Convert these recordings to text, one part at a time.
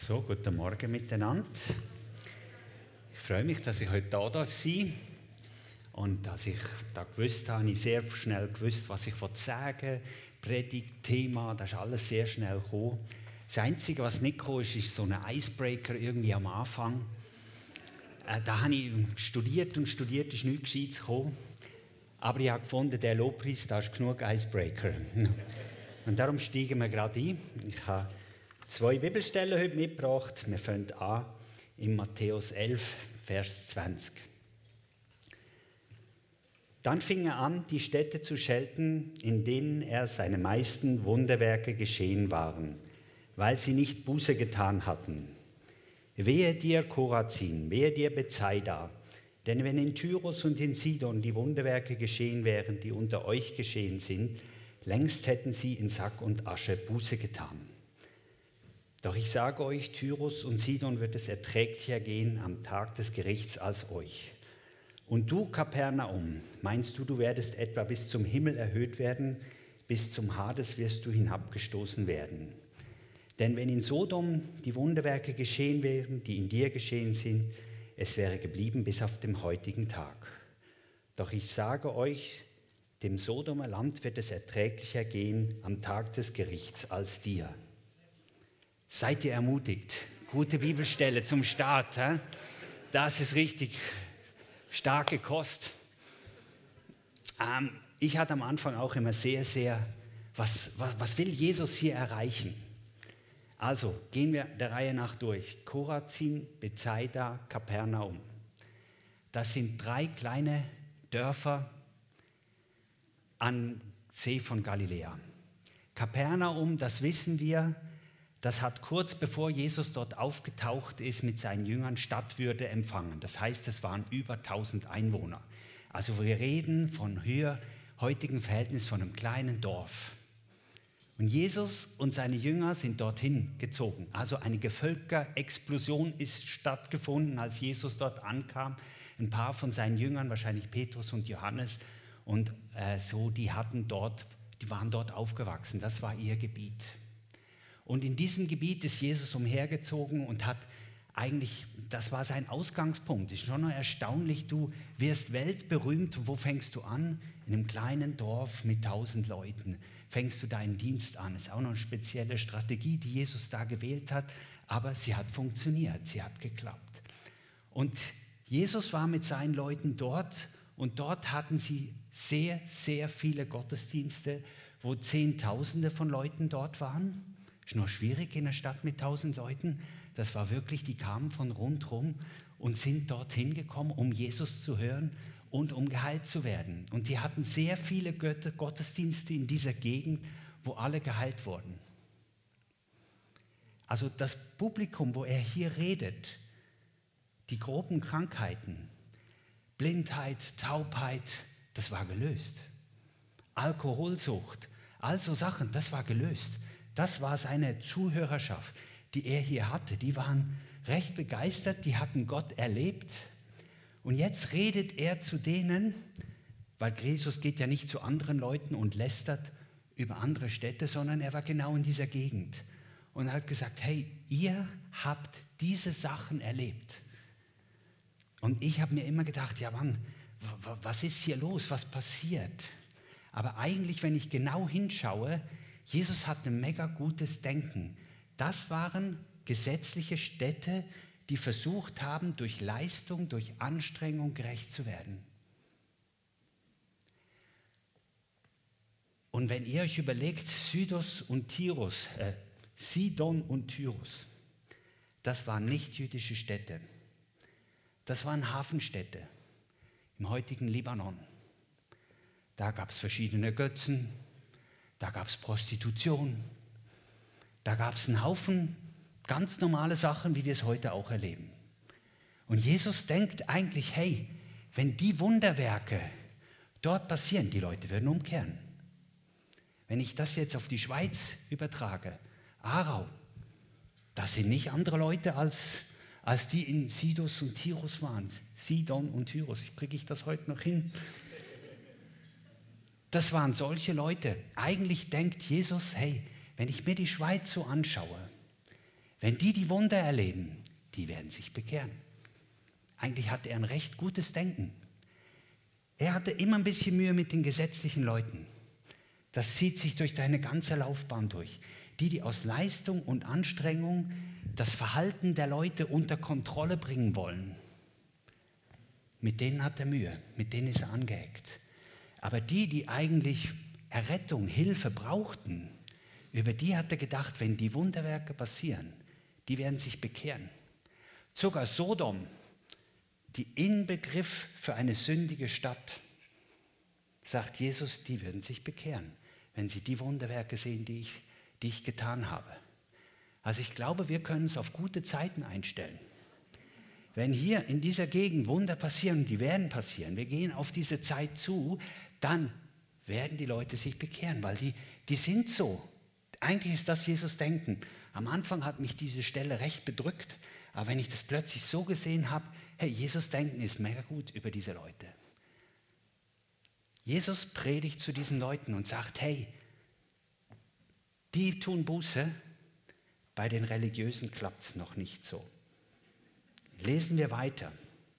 So, guten Morgen miteinander. Ich freue mich, dass ich heute da sein darf. Und dass ich da gewusst habe, ich sehr schnell gewusst, was ich sagen will. Predigt, Thema, das ist alles sehr schnell gekommen. Das Einzige, was nicht gekommen ist, ist so ein Icebreaker irgendwie am Anfang. Da habe ich studiert, ist nichts Gescheites gekommen. Aber ich habe gefunden, der Lobpreis, da ist genug Icebreaker. Und darum steigen wir gerade ein. Ich habe 2 Bibelstellen heute mitgebracht. Wir fangen an in Matthäus 11, Vers 20. Dann fing er an, die Städte zu schelten, in denen seine meisten Wunderwerke geschehen waren, weil sie nicht Buße getan hatten. Wehe dir, Chorazin, wehe dir, Bethsaida, denn wenn in Tyrus und in Sidon die Wunderwerke geschehen wären, die unter euch geschehen sind, längst hätten sie in Sack und Asche Buße getan. Doch ich sage euch, Tyrus und Sidon wird es erträglicher gehen am Tag des Gerichts als euch. Und du, Kapernaum, meinst du, du werdest etwa bis zum Himmel erhöht werden, bis zum Hades wirst du hinabgestoßen werden. Denn wenn in Sodom die Wunderwerke geschehen wären, die in dir geschehen sind, es wäre geblieben bis auf den heutigen Tag. Doch ich sage euch, dem Sodomer Land wird es erträglicher gehen am Tag des Gerichts als dir. Seid ihr ermutigt? Gute Bibelstelle zum Start. He? Das ist richtig starke Kost. Ich hatte am Anfang auch immer was will Jesus hier erreichen? Also gehen wir der Reihe nach durch. Chorazin, Bethsaida, Kapernaum. Das sind 3 kleine Dörfer am See von Galiläa. Kapernaum, das wissen wir, das hat kurz bevor Jesus dort aufgetaucht ist, mit seinen Jüngern Stadtwürde empfangen. Das heißt, es waren über 1000 Einwohner. Also wir reden von heutigen Verhältnis von einem kleinen Dorf. Und Jesus und seine Jünger sind dorthin gezogen. Also eine Gevölkerexplosion ist stattgefunden, als Jesus dort ankam. Ein paar von seinen Jüngern, wahrscheinlich Petrus und Johannes, und die waren dort aufgewachsen. Das war ihr Gebiet. Und in diesem Gebiet ist Jesus umhergezogen und das war sein Ausgangspunkt. Es ist schon noch erstaunlich, du wirst weltberühmt. Wo fängst du an? In einem kleinen Dorf mit 1000 Leuten fängst du deinen Dienst an. Das ist auch noch eine spezielle Strategie, die Jesus da gewählt hat. Aber sie hat funktioniert, sie hat geklappt. Und Jesus war mit seinen Leuten dort und dort hatten sie sehr, sehr viele Gottesdienste, wo Zehntausende von Leuten dort waren. Ist noch schwierig in einer Stadt mit 1000 Leuten. Das war wirklich, die kamen von rundherum und sind dorthin gekommen, um Jesus zu hören und um geheilt zu werden. Und die hatten sehr viele Gottesdienste in dieser Gegend, wo alle geheilt wurden. Also das Publikum, wo er hier redet, die groben Krankheiten, Blindheit, Taubheit, das war gelöst. Alkoholsucht, also Sachen, das war gelöst. Das war seine Zuhörerschaft, die er hier hatte. Die waren recht begeistert, die hatten Gott erlebt. Und jetzt redet er zu denen, weil Jesus geht ja nicht zu anderen Leuten und lästert über andere Städte, sondern er war genau in dieser Gegend und hat gesagt, hey, ihr habt diese Sachen erlebt. Und ich habe mir immer gedacht, ja Mann, was ist hier los, was passiert? Aber eigentlich, wenn ich genau hinschaue, Jesus hatte ein mega gutes Denken. Das waren gesetzliche Städte, die versucht haben, durch Leistung, durch Anstrengung gerecht zu werden. Und wenn ihr euch überlegt, Sidon und Tyrus, das waren nicht jüdische Städte. Das waren Hafenstädte im heutigen Libanon. Da gab es verschiedene Götzen. Da gab es Prostitution, da gab es einen Haufen ganz normale Sachen, wie wir es heute auch erleben. Und Jesus denkt eigentlich, hey, wenn die Wunderwerke dort passieren, die Leute würden umkehren. Wenn ich das jetzt auf die Schweiz übertrage, Aarau, das sind nicht andere Leute als die in Sidon und Tyrus waren. Sidon und Tyrus, kriege ich das heute noch hin? Das waren solche Leute. Eigentlich denkt Jesus, hey, wenn ich mir die Schweiz so anschaue, Wenn die Wunder erleben, die werden sich bekehren. Eigentlich hatte er ein recht gutes Denken. Er hatte immer ein bisschen Mühe mit den gesetzlichen Leuten. Das zieht sich durch deine ganze Laufbahn durch. Die aus Leistung und Anstrengung das Verhalten der Leute unter Kontrolle bringen wollen, mit denen hat er Mühe, mit denen ist er angeeckt. Aber die eigentlich Errettung, Hilfe brauchten, über die hat er gedacht, wenn die Wunderwerke passieren, die werden sich bekehren. Sogar Sodom, die Inbegriff für eine sündige Stadt, sagt Jesus, die würden sich bekehren, wenn sie die Wunderwerke sehen, die ich getan habe. Also ich glaube, wir können uns auf gute Zeiten einstellen. Wenn hier in dieser Gegend Wunder passieren, die werden passieren, wir gehen auf diese Zeit zu, dann werden die Leute sich bekehren, weil die sind so. Eigentlich ist das Jesus Denken. Am Anfang hat mich diese Stelle recht bedrückt, aber wenn ich das plötzlich so gesehen habe, hey, Jesus Denken ist mega gut über diese Leute. Jesus predigt zu diesen Leuten und sagt, hey, die tun Buße, bei den Religiösen klappt es noch nicht so. Lesen wir weiter.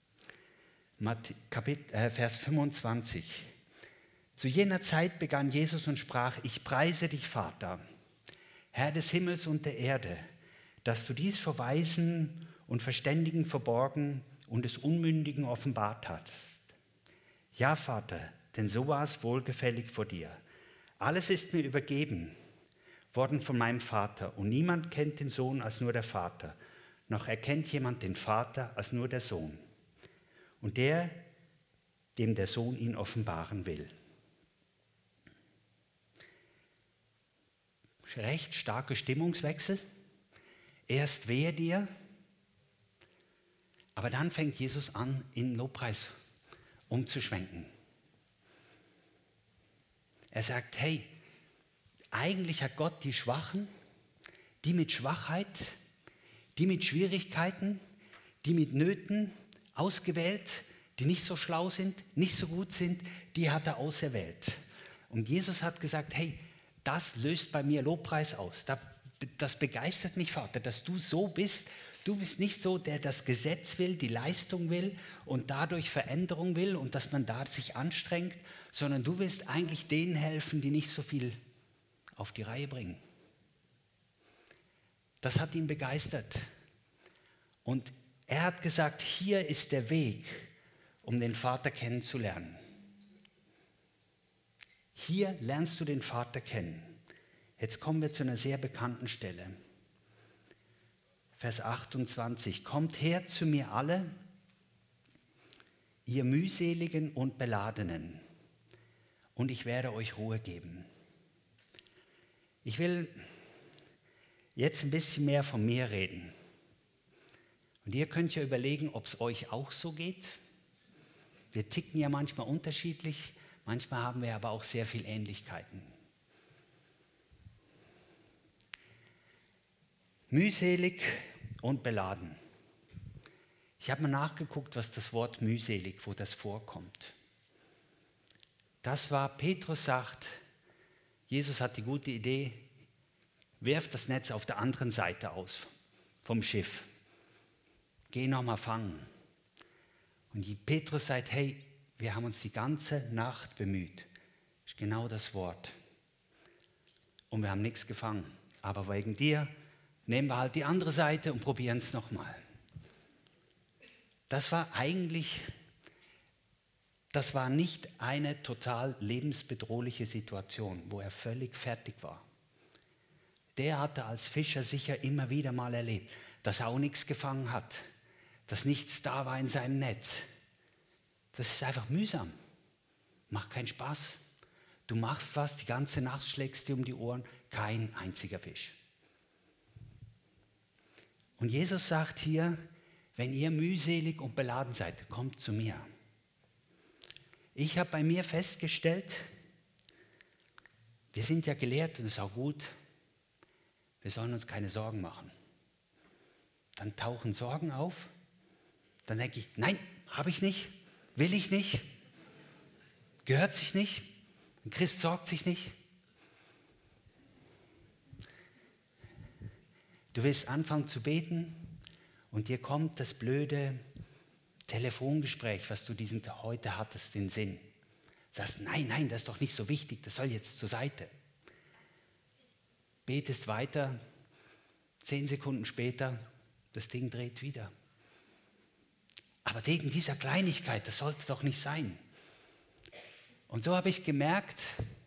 Vers 25. Zu jener Zeit begann Jesus und sprach, ich preise dich, Vater, Herr des Himmels und der Erde, dass du dies vor Weisen und Verständigen verborgen und des Unmündigen offenbart hast. Ja, Vater, denn so war es wohlgefällig vor dir. Alles ist mir übergeben worden von meinem Vater und niemand kennt den Sohn als nur der Vater, noch erkennt jemand den Vater als nur der Sohn und der, dem der Sohn ihn offenbaren will. Recht starker Stimmungswechsel. Erst wehe dir, aber dann fängt Jesus an, in Lobpreis umzuschwenken. Er sagt, hey, eigentlich hat Gott die Schwachen, die mit Schwachheit, die mit Schwierigkeiten, die mit Nöten ausgewählt, die nicht so schlau sind, nicht so gut sind, die hat er auserwählt. Und Jesus hat gesagt, hey, das löst bei mir Lobpreis aus. Das begeistert mich, Vater, dass du so bist. Du bist nicht so, der das Gesetz will, die Leistung will und dadurch Veränderung will und dass man da sich anstrengt, sondern du willst eigentlich denen helfen, die nicht so viel auf die Reihe bringen. Das hat ihn begeistert. Und er hat gesagt, hier ist der Weg, um den Vater kennenzulernen. Hier lernst du den Vater kennen. Jetzt kommen wir zu einer sehr bekannten Stelle. Vers 28. Kommt her zu mir alle, ihr mühseligen und Beladenen, und ich werde euch Ruhe geben. Ich will jetzt ein bisschen mehr von mir reden. Und ihr könnt ja überlegen, ob es euch auch so geht. Wir ticken ja manchmal unterschiedlich, manchmal haben wir aber auch sehr viele Ähnlichkeiten. Mühselig und beladen. Ich habe mal nachgeguckt, was das Wort mühselig, wo das vorkommt. Das war, Petrus sagt, Jesus hat die gute Idee, werft das Netz auf der anderen Seite aus vom Schiff. Geh nochmal fangen. Und Petrus sagt, hey, wir haben uns die ganze Nacht bemüht. Das ist genau das Wort. Und wir haben nichts gefangen. Aber wegen dir nehmen wir halt die andere Seite und probieren es nochmal. Das war nicht eine total lebensbedrohliche Situation, wo er völlig fertig war. Der hatte als Fischer sicher immer wieder mal erlebt, dass er auch nichts gefangen hat, dass nichts da war in seinem Netz. Das ist einfach mühsam, macht keinen Spaß. Du machst was, die ganze Nacht schlägst dir um die Ohren, kein einziger Fisch. Und Jesus sagt hier, wenn ihr mühselig und beladen seid, kommt zu mir. Ich habe bei mir festgestellt, wir sind ja gelehrt und das ist auch gut, wir sollen uns keine Sorgen machen. Dann tauchen Sorgen auf, dann denke ich, nein, habe ich nicht, will ich nicht, gehört sich nicht, ein Christ sorgt sich nicht. Du willst anfangen zu beten und dir kommt das blöde Telefongespräch, was du heute hattest, in den Sinn. Du sagst, nein, das ist doch nicht so wichtig, das soll jetzt zur Seite. Betest weiter, 10 Sekunden später, das Ding dreht wieder. Aber wegen dieser Kleinigkeit, das sollte doch nicht sein. Und so habe ich gemerkt,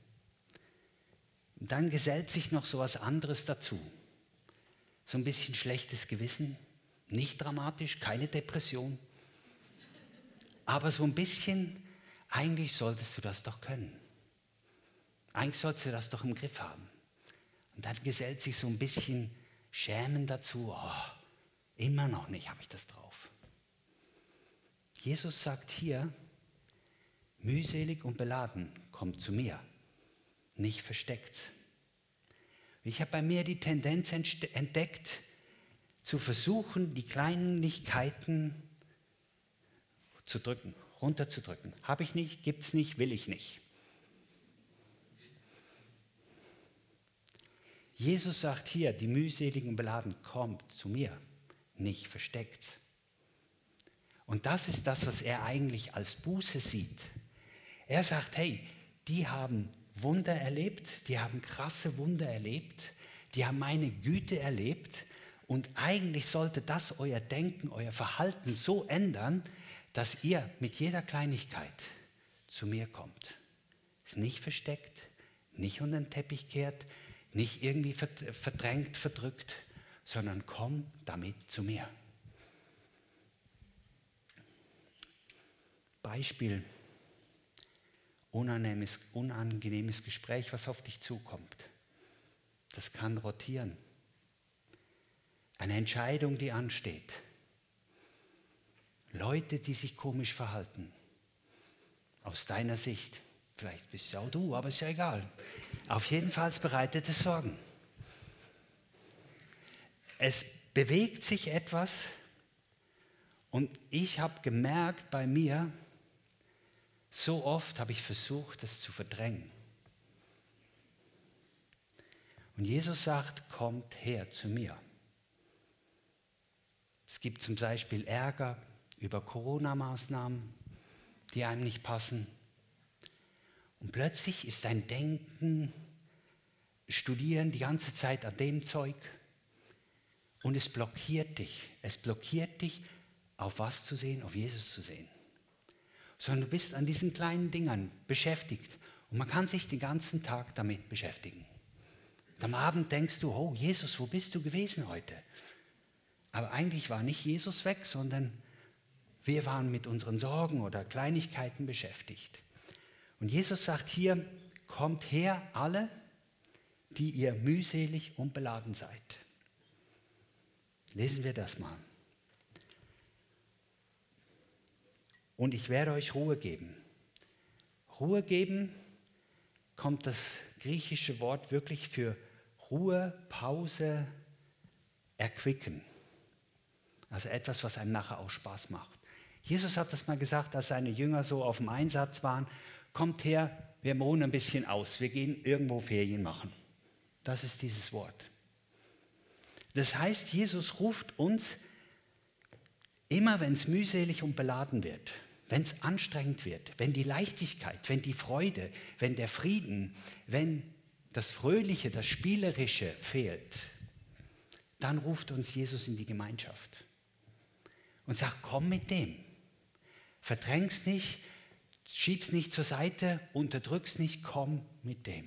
dann gesellt sich noch so was anderes dazu. So ein bisschen schlechtes Gewissen, nicht dramatisch, keine Depression, aber so ein bisschen, eigentlich solltest du das doch können. Eigentlich solltest du das doch im Griff haben. Und dann gesellt sich so ein bisschen Schämen dazu. Immer noch nicht habe ich das drauf. Jesus sagt hier, mühselig und beladen, kommt zu mir, nicht versteckt. Ich habe bei mir die Tendenz entdeckt, zu versuchen, die Kleinigkeiten zu drücken, runterzudrücken. Habe ich nicht, gibt es nicht, will ich nicht. Jesus sagt hier, die mühseligen und beladen, kommt zu mir, nicht versteckt. Und das ist das, was er eigentlich als Buße sieht. Er sagt, hey, die haben Wunder erlebt, die haben krasse Wunder erlebt, die haben meine Güte erlebt und eigentlich sollte das euer Denken, euer Verhalten so ändern, dass ihr mit jeder Kleinigkeit zu mir kommt. Ist nicht versteckt, nicht unter den Teppich kehrt, nicht irgendwie verdrängt, verdrückt, sondern komm damit zu mir. Beispiel, unangenehmes Gespräch, was auf dich zukommt. Das kann rotieren. Eine Entscheidung, die ansteht. Leute, die sich komisch verhalten. Aus deiner Sicht. Vielleicht bist es auch du, aber ist ja egal. Auf jeden Fall bereitet es Sorgen. Es bewegt sich etwas und ich habe gemerkt bei mir, so oft habe ich versucht, das zu verdrängen. Und Jesus sagt, kommt her zu mir. Es gibt zum Beispiel Ärger über Corona-Maßnahmen, die einem nicht passen. Und plötzlich ist dein Denken, Studieren die ganze Zeit an dem Zeug und es blockiert dich. Es blockiert dich, auf was zu sehen, auf Jesus zu sehen. Sondern du bist an diesen kleinen Dingern beschäftigt und man kann sich den ganzen Tag damit beschäftigen. Und am Abend denkst du, oh Jesus, wo bist du gewesen heute? Aber eigentlich war nicht Jesus weg, sondern wir waren mit unseren Sorgen oder Kleinigkeiten beschäftigt. Und Jesus sagt hier, kommt her alle, die ihr mühselig und beladen seid. Lesen wir das mal. Und ich werde euch Ruhe geben. Ruhe geben kommt das griechische Wort wirklich für Ruhe, Pause, erquicken. Also etwas, was einem nachher auch Spaß macht. Jesus hat das mal gesagt, als seine Jünger so auf dem Einsatz waren. Kommt her, wir ruhen ein bisschen aus. Wir gehen irgendwo Ferien machen. Das ist dieses Wort. Das heißt, Jesus ruft uns, immer wenn es mühselig und beladen wird, wenn es anstrengend wird, wenn die Leichtigkeit, wenn die Freude, wenn der Frieden, wenn das Fröhliche, das Spielerische fehlt, dann ruft uns Jesus in die Gemeinschaft und sagt, komm mit dem. Verdräng's nicht, schieb's nicht zur Seite, unterdrück's nicht, komm mit dem.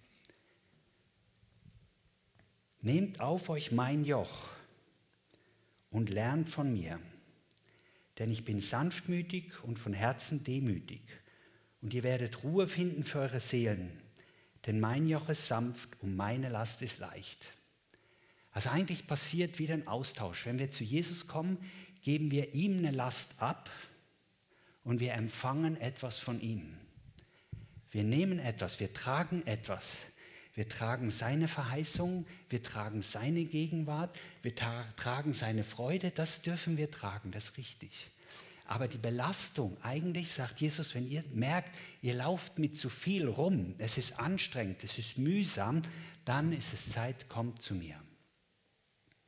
Nehmt auf euch mein Joch und lernt von mir, denn ich bin sanftmütig und von Herzen demütig. Und ihr werdet Ruhe finden für eure Seelen, denn mein Joch ist sanft und meine Last ist leicht. Also eigentlich passiert wieder ein Austausch. Wenn wir zu Jesus kommen, geben wir ihm eine Last ab und wir empfangen etwas von ihm. Wir nehmen etwas, wir tragen etwas. Wir tragen seine Verheißung, wir tragen seine Gegenwart, wir tragen seine Freude, das dürfen wir tragen, das ist richtig. Aber die Belastung, eigentlich sagt Jesus, wenn ihr merkt, ihr lauft mit zu viel rum, es ist anstrengend, es ist mühsam, dann ist es Zeit, kommt zu mir.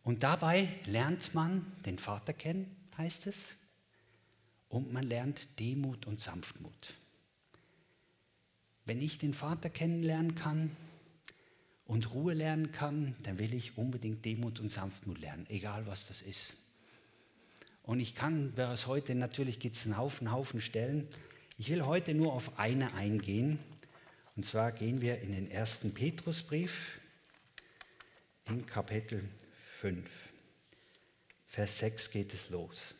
Und dabei lernt man den Vater kennen, heißt es, und man lernt Demut und Sanftmut. Wenn ich den Vater kennenlernen kann und Ruhe lernen kann, dann will ich unbedingt Demut und Sanftmut lernen, egal was das ist. Und ich kann, wäre es heute, natürlich gibt es einen Haufen Stellen. Ich will heute nur auf eine eingehen. Und zwar gehen wir in den 1. Petrusbrief, in Kapitel 5. Vers 6 geht es los.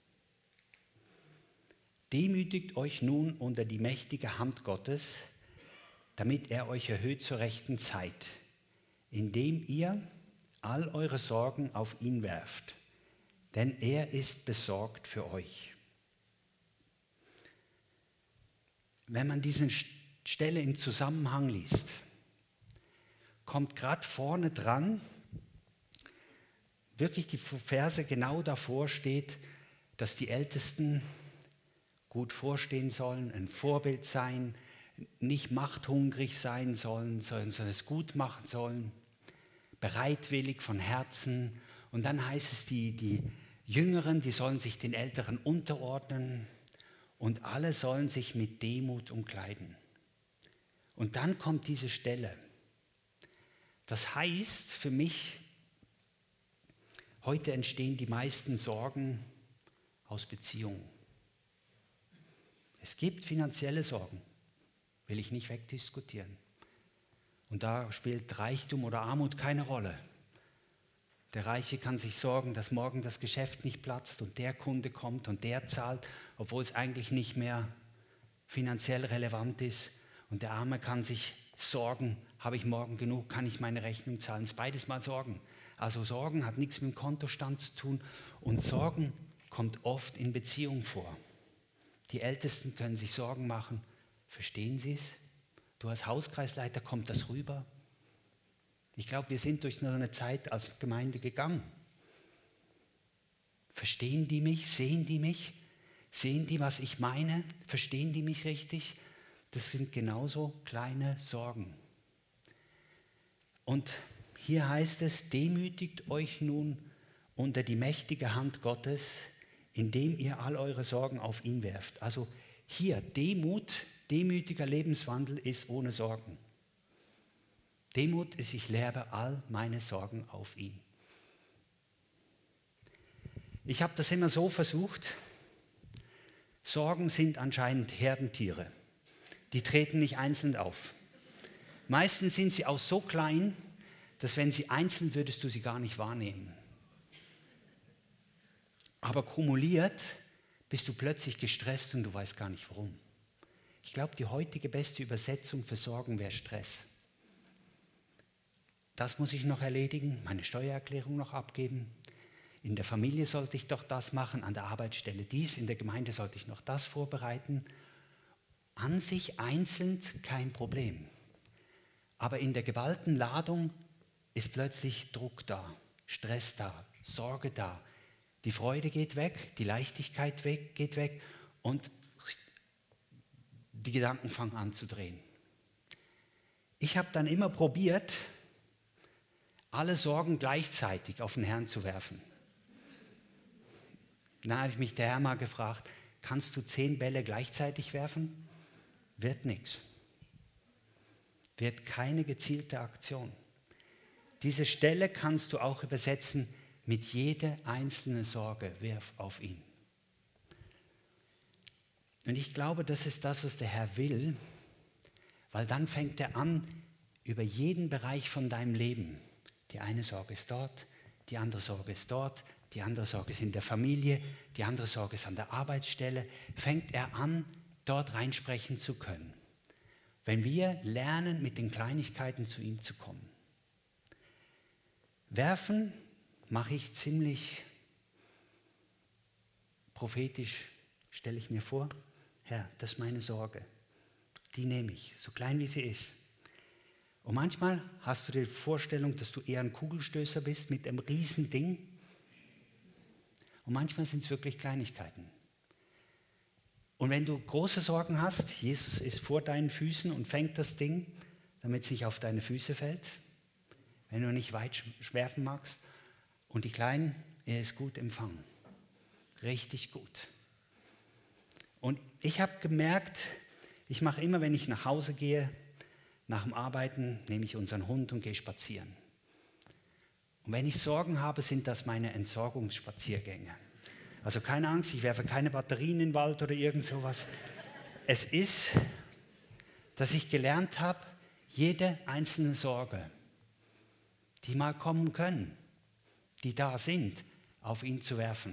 Demütigt euch nun unter die mächtige Hand Gottes, damit er euch erhöht zur rechten Zeit, indem ihr all eure Sorgen auf ihn werft, denn er ist besorgt für euch. Wenn man diese Stelle im Zusammenhang liest, kommt gerade vorne dran, wirklich die Verse genau davor steht, dass die Ältesten gut vorstehen sollen, ein Vorbild sein, nicht machthungrig sein sollen, sondern es gut machen sollen, bereitwillig von Herzen. Und dann heißt es, die Jüngeren, die sollen sich den Älteren unterordnen und alle sollen sich mit Demut umkleiden. Und dann kommt diese Stelle. Das heißt für mich, heute entstehen die meisten Sorgen aus Beziehungen. Es gibt finanzielle Sorgen, will ich nicht wegdiskutieren. Und da spielt Reichtum oder Armut keine Rolle. Der Reiche kann sich sorgen, dass morgen das Geschäft nicht platzt und der Kunde kommt und der zahlt, obwohl es eigentlich nicht mehr finanziell relevant ist. Und der Arme kann sich sorgen, habe ich morgen genug, kann ich meine Rechnung zahlen. Es ist beides mal Sorgen. Also Sorgen hat nichts mit dem Kontostand zu tun und Sorgen kommt oft in Beziehung vor. Die Ältesten können sich Sorgen machen. Verstehen Sie es? Du als Hauskreisleiter, kommt das rüber? Ich glaube, wir sind durch so eine Zeit als Gemeinde gegangen. Verstehen die mich? Sehen die mich? Sehen die, was ich meine? Verstehen die mich richtig? Das sind genauso kleine Sorgen. Und hier heißt es, demütigt euch nun unter die mächtige Hand Gottes, indem ihr all eure Sorgen auf ihn werft. Also hier demütiger Lebenswandel ist ohne Sorgen. Demut ist, ich lebe all meine Sorgen auf ihn. Ich habe das immer so versucht. Sorgen sind anscheinend Herdentiere. Die treten nicht einzeln auf. Meistens sind sie auch so klein, dass wenn sie einzeln, würdest du sie gar nicht wahrnehmen. Aber kumuliert bist du plötzlich gestresst und du weißt gar nicht warum. Ich glaube, die heutige beste Übersetzung für Sorgen wäre Stress. Das muss ich noch erledigen, meine Steuererklärung noch abgeben. In der Familie sollte ich doch das machen, an der Arbeitsstelle dies, in der Gemeinde sollte ich noch das vorbereiten. An sich einzeln kein Problem. Aber in der geballten Ladung ist plötzlich Druck da, Stress da, Sorge da. Die Freude geht weg, die Leichtigkeit geht weg und die Gedanken fangen an zu drehen. Ich habe dann immer probiert, alle Sorgen gleichzeitig auf den Herrn zu werfen. Dann habe ich mich der Herr mal gefragt, kannst du 10 Bälle gleichzeitig werfen? Wird nichts. Wird keine gezielte Aktion. Diese Stelle kannst du auch übersetzen, mit jeder einzelnen Sorge wirf auf ihn. Und ich glaube, das ist das, was der Herr will, weil dann fängt er an, über jeden Bereich von deinem Leben. Die eine Sorge ist dort, die andere Sorge ist dort, die andere Sorge ist in der Familie, die andere Sorge ist an der Arbeitsstelle. Fängt er an, dort reinsprechen zu können. Wenn wir lernen, mit den Kleinigkeiten zu ihm zu kommen. Werfen mache ich ziemlich prophetisch, stelle ich mir vor, Herr, das ist meine Sorge. Die nehme ich, so klein wie sie ist. Und manchmal hast du die Vorstellung, dass du eher ein Kugelstößer bist mit einem riesen Ding. Und manchmal sind es wirklich Kleinigkeiten. Und wenn du große Sorgen hast, Jesus ist vor deinen Füßen und fängt das Ding, damit es nicht auf deine Füße fällt, wenn du nicht weit werfen magst. Und die Kleinen, er ist gut empfangen. Richtig gut. Und ich habe gemerkt, ich mache immer, wenn ich nach Hause gehe, nach dem Arbeiten nehme ich unseren Hund und gehe spazieren. Und wenn ich Sorgen habe, sind das meine Entsorgungsspaziergänge. Also keine Angst, ich werfe keine Batterien in den Wald oder irgend sowas. Es ist, dass ich gelernt habe, jede einzelne Sorge, die mal kommen können, die da sind, auf ihn zu werfen.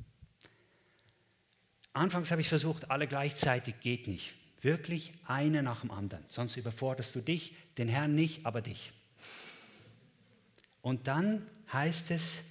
Anfangs habe ich versucht, alle gleichzeitig, geht nicht. Wirklich eine nach dem anderen. Sonst überforderst du dich, den Herrn nicht, aber dich. Und dann heißt es,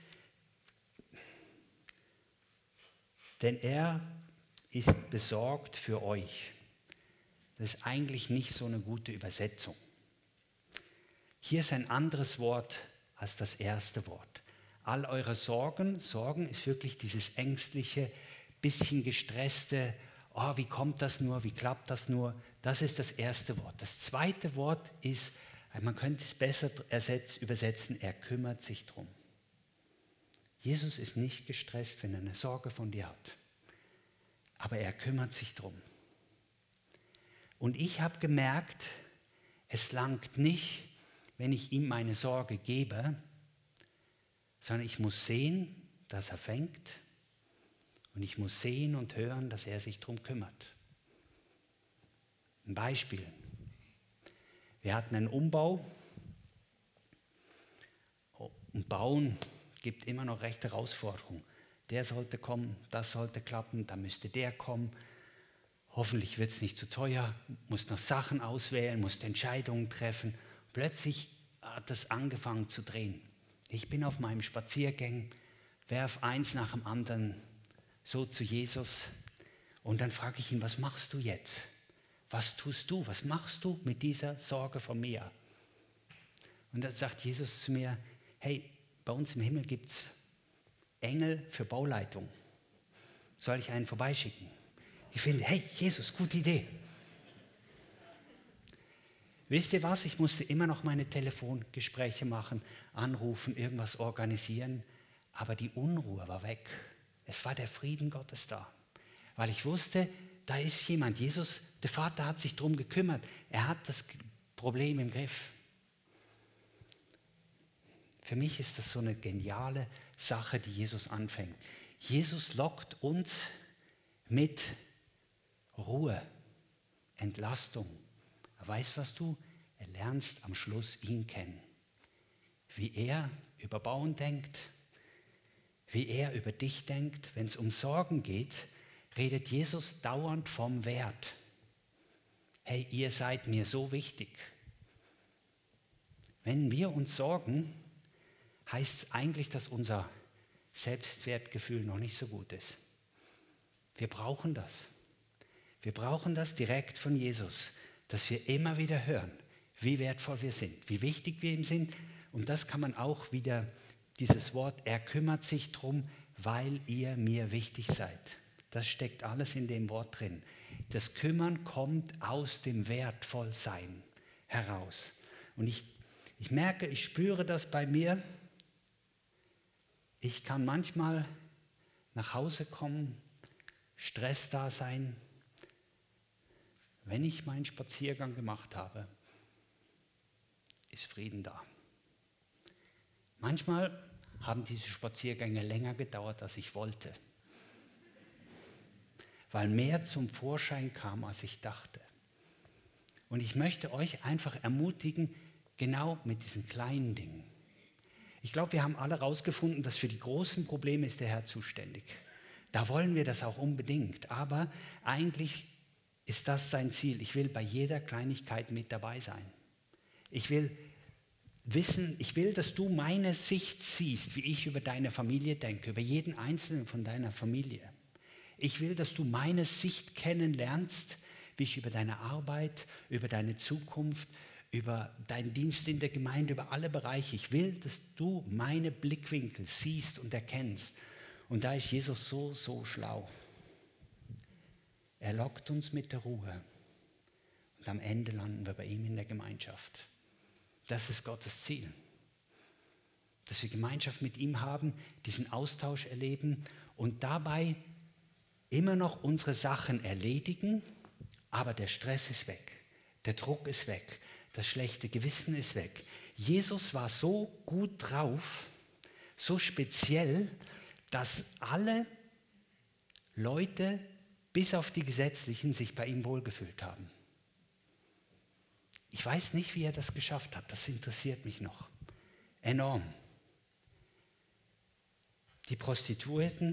denn er ist besorgt für euch. Das ist eigentlich nicht so eine gute Übersetzung. Hier ist ein anderes Wort als das erste Wort. All eure Sorgen, Sorgen ist wirklich dieses ängstliche, bisschen gestresste, oh, wie kommt das nur, wie klappt das nur? Das ist das erste Wort. Das zweite Wort ist, man könnte es besser übersetzen, er kümmert sich drum. Jesus ist nicht gestresst, wenn er eine Sorge von dir hat. Aber er kümmert sich drum. Und ich habe gemerkt, es langt nicht, wenn ich ihm meine Sorge gebe, sondern ich muss sehen, dass er fängt. Und ich muss sehen und hören, dass er sich drum kümmert. Ein Beispiel. Wir hatten einen Umbau. Und Bauen gibt immer noch recht Herausforderungen. Der sollte kommen, das sollte klappen, dann müsste der kommen. Hoffentlich wird es nicht zu teuer, muss noch Sachen auswählen, muss Entscheidungen treffen. Plötzlich hat es angefangen zu drehen. Ich bin auf meinem Spaziergang, werf eins nach dem anderen so zu Jesus und dann frage ich ihn, was machst du jetzt? Was tust du? Was machst du mit dieser Sorge von mir? Und dann sagt Jesus zu mir, hey, bei uns im Himmel gibt es Engel für Bauleitung. Soll ich einen vorbeischicken? Ich finde, hey, Jesus, gute Idee. Wisst ihr was? Ich musste immer noch meine Telefongespräche machen, anrufen, irgendwas organisieren. Aber die Unruhe war weg. Es war der Frieden Gottes da. Weil ich wusste, da ist jemand. Jesus, der Vater hat sich darum gekümmert. Er hat das Problem im Griff. Für mich ist das so eine geniale Sache, die Jesus anfängt. Jesus lockt uns mit Ruhe, Entlastung. Weißt was du? Er lernst am Schluss ihn kennen. Wie er über Bauen denkt, wie er über dich denkt. Wenn es um Sorgen geht, redet Jesus dauernd vom Wert. Hey, ihr seid mir so wichtig. Wenn wir uns sorgen, heißt es eigentlich, dass unser Selbstwertgefühl noch nicht so gut ist. Wir brauchen das. Wir brauchen das direkt von Jesus, dass wir immer wieder hören, wie wertvoll wir sind, wie wichtig wir ihm sind. Und das kann man auch wieder, dieses Wort, er kümmert sich drum, weil ihr mir wichtig seid. Das steckt alles in dem Wort drin. Das Kümmern kommt aus dem Wertvollsein heraus. Und ich merke, ich spüre das bei mir. Ich kann manchmal nach Hause kommen, Stress da sein. Wenn ich meinen Spaziergang gemacht habe, ist Frieden da. Manchmal haben diese Spaziergänge länger gedauert, als ich wollte, weil mehr zum Vorschein kam, als ich dachte. Und ich möchte euch einfach ermutigen, genau mit diesen kleinen Dingen. Ich glaube, wir haben alle herausgefunden, dass für die großen Probleme ist der Herr zuständig. Da wollen wir das auch unbedingt. Aber eigentlich ist das sein Ziel. Ich will bei jeder Kleinigkeit mit dabei sein. Ich will wissen, ich will, dass du meine Sicht siehst, wie ich über deine Familie denke, über jeden Einzelnen von deiner Familie. Ich will, dass du meine Sicht kennenlernst, wie ich über deine Arbeit, über deine Zukunft, über deinen Dienst in der Gemeinde, über alle Bereiche. Ich will, dass du meine Blickwinkel siehst und erkennst. Und da ist Jesus so, so schlau. Er lockt uns mit der Ruhe. Und am Ende landen wir bei ihm in der Gemeinschaft. Das ist Gottes Ziel. dass wir Gemeinschaft mit ihm haben, diesen Austausch erleben und dabei immer noch unsere Sachen erledigen, aber der Stress ist weg, der Druck ist weg, das schlechte Gewissen ist weg. Jesus war so gut drauf, so speziell, dass alle Leute, bis auf die Gesetzlichen, sich bei ihm wohlgefühlt haben. Ich weiß nicht, wie er das geschafft hat, das interessiert mich noch. Enorm. Die Prostituierten,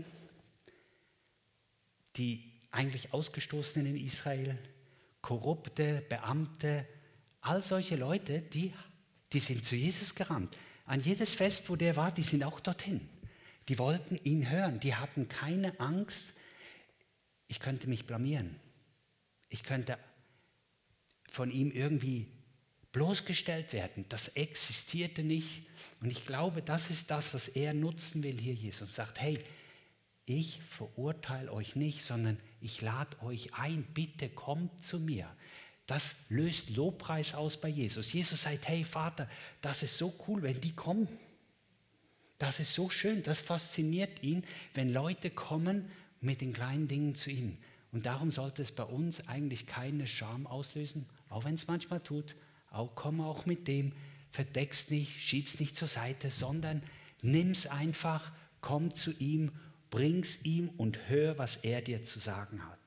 die eigentlich Ausgestoßenen in Israel, korrupte Beamte, all solche Leute, die sind zu Jesus gerannt. An jedes Fest, wo der war, die sind auch dorthin. Die wollten ihn hören, die hatten keine Angst, ich könnte mich blamieren. Ich könnte von ihm irgendwie bloßgestellt werden. Das existierte nicht. Und ich glaube, das ist das, was er nutzen will hier, Jesus. Sagt, hey, ich verurteile euch nicht, sondern ich lade euch ein, bitte kommt zu mir. Das löst Lobpreis aus bei Jesus. Jesus sagt, hey Vater, das ist so cool, wenn die kommen. Das ist so schön, das fasziniert ihn, wenn Leute kommen mit den kleinen Dingen zu ihm. Und darum sollte es bei uns eigentlich keine Scham auslösen, auch wenn es manchmal tut. Komm auch mit dem, verdeck's nicht, schieb's nicht zur Seite, sondern nimm's einfach, komm zu ihm, bring's ihm und hör, was er dir zu sagen hat.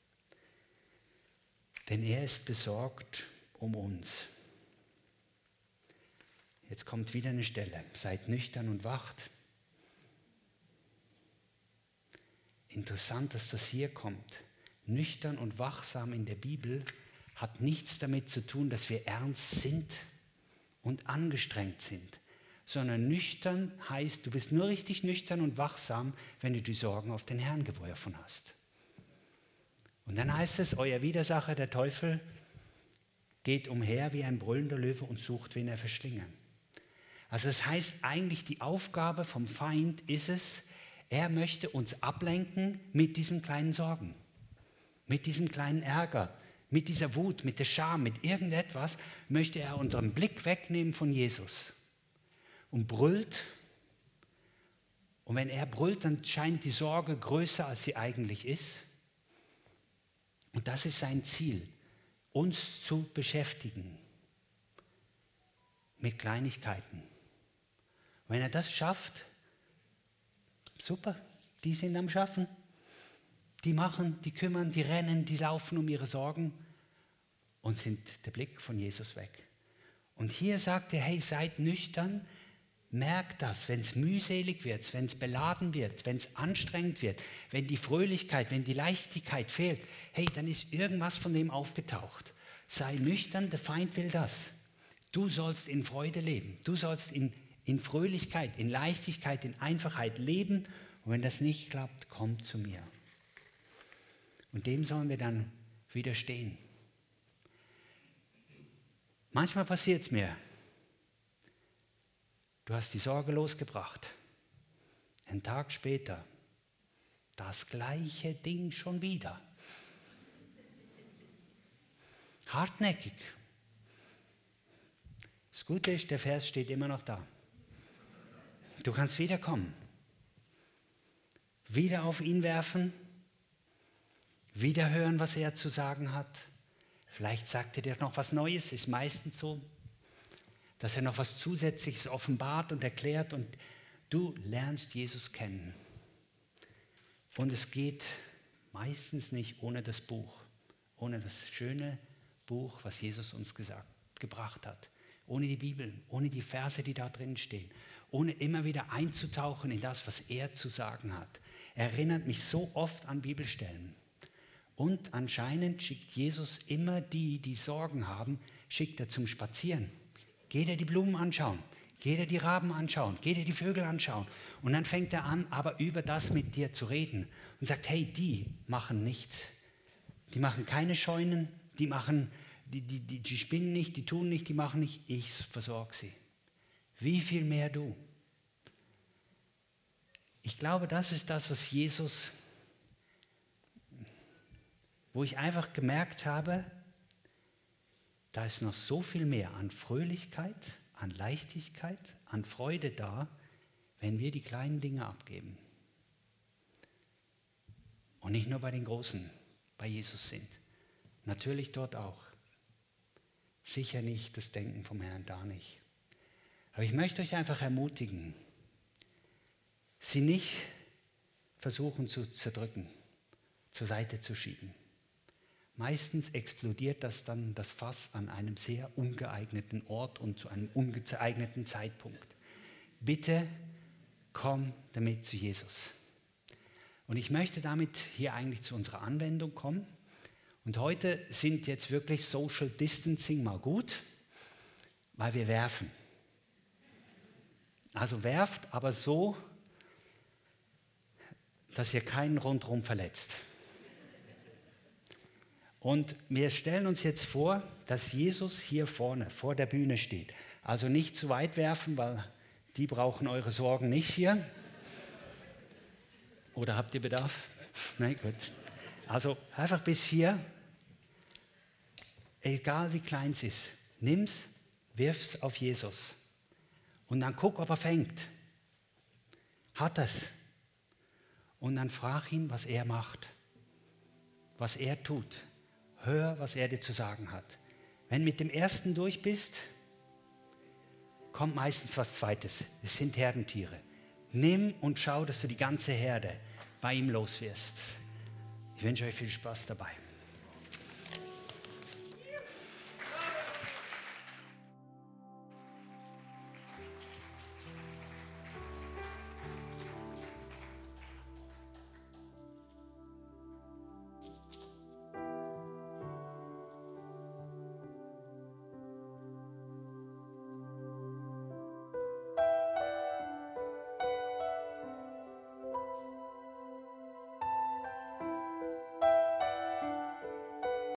Denn er ist besorgt um uns. Jetzt kommt wieder eine Stelle. Seid nüchtern und wacht. Interessant, dass das hier kommt. Nüchtern und wachsam in der Bibel hat nichts damit zu tun, dass wir ernst sind und angestrengt sind, sondern nüchtern heißt, du bist nur richtig nüchtern und wachsam, wenn du die Sorgen auf den Herrn geworfen hast. Und dann heißt es, euer Widersacher, der Teufel, geht umher wie ein brüllender Löwe und sucht, wen er verschlingen. Also das heißt eigentlich, die Aufgabe vom Feind ist es, er möchte uns ablenken mit diesen kleinen Sorgen, mit diesem kleinen Ärger, mit dieser Wut, mit der Scham, mit irgendetwas, möchte er unseren Blick wegnehmen von Jesus und brüllt. Und wenn er brüllt, dann scheint die Sorge größer, als sie eigentlich ist. Und das ist sein Ziel, uns zu beschäftigen mit Kleinigkeiten. Und wenn er das schafft, super, die sind am Schaffen. Die machen, die kümmern, die rennen, die laufen um ihre Sorgen und sind der Blick von Jesus weg. Und hier sagt er, hey, seid nüchtern, merkt das, wenn es mühselig wird, wenn es beladen wird, wenn es anstrengend wird, wenn die Fröhlichkeit, wenn die Leichtigkeit fehlt, hey, dann ist irgendwas von dem aufgetaucht. Sei nüchtern, der Feind will das. Du sollst in Freude leben, du sollst in Fröhlichkeit, in Leichtigkeit, in Einfachheit leben und wenn das nicht klappt, komm zu mir. Und dem sollen wir dann widerstehen. Manchmal passiert es mir. Du hast die Sorge losgebracht. Einen Tag später, das gleiche Ding schon wieder. Hartnäckig. Das Gute ist, der Vers steht immer noch da. Du kannst wiederkommen. Wieder auf ihn werfen. Wieder hören, was er zu sagen hat. Vielleicht sagt er dir noch was Neues, ist meistens so, dass er noch was Zusätzliches offenbart und erklärt und du lernst Jesus kennen. Und es geht meistens nicht ohne das Buch, ohne das schöne Buch, was Jesus uns gebracht hat. Ohne die Bibel, ohne die Verse, die da drin stehen. Ohne immer wieder einzutauchen in das, was er zu sagen hat. Er erinnert mich so oft an Bibelstellen. Und anscheinend schickt Jesus immer die Sorgen haben, schickt er zum Spazieren. Geht er die Blumen anschauen, geht er die Raben anschauen, geht er die Vögel anschauen. Und dann fängt er an, aber über das mit dir zu reden. Und sagt, hey, die machen nichts. Die machen keine Scheunen, die spinnen nicht, die tun nicht, die machen nicht. Ich versorge sie. Wie viel mehr du? Ich glaube, das ist das, was Jesus, wo ich einfach gemerkt habe, da ist noch so viel mehr an Fröhlichkeit, an Leichtigkeit, an Freude da, wenn wir die kleinen Dinge abgeben. Und nicht nur bei den Großen, bei Jesus sind. Natürlich dort auch. Sicher nicht das Denken vom Herrn, da nicht. Aber ich möchte euch einfach ermutigen, sie nicht versuchen zu zerdrücken, zur Seite zu schieben. Meistens explodiert das dann das Fass an einem sehr ungeeigneten Ort und zu einem ungeeigneten Zeitpunkt. Bitte komm damit zu Jesus. Und ich möchte damit hier eigentlich zu unserer Anwendung kommen. Und heute sind jetzt wirklich Social Distancing mal gut, weil wir werfen. Also werft, aber so, dass ihr keinen rundherum verletzt. Und wir stellen uns jetzt vor, dass Jesus hier vorne vor der Bühne steht. Also nicht zu weit werfen, weil die brauchen eure Sorgen nicht hier. Oder habt ihr Bedarf? Nein, gut. Also einfach bis hier. Egal wie klein es ist, nimm's, wirf's auf Jesus. Und dann guck, ob er fängt. Hat es. Und dann frag ihn, was er macht. Was er tut. Hör, was er dir zu sagen hat. Wenn mit dem ersten durch bist, kommt meistens was Zweites. Es sind Herdentiere. Nimm und schau, dass du die ganze Herde bei ihm los wirst. Ich wünsche euch viel Spaß dabei.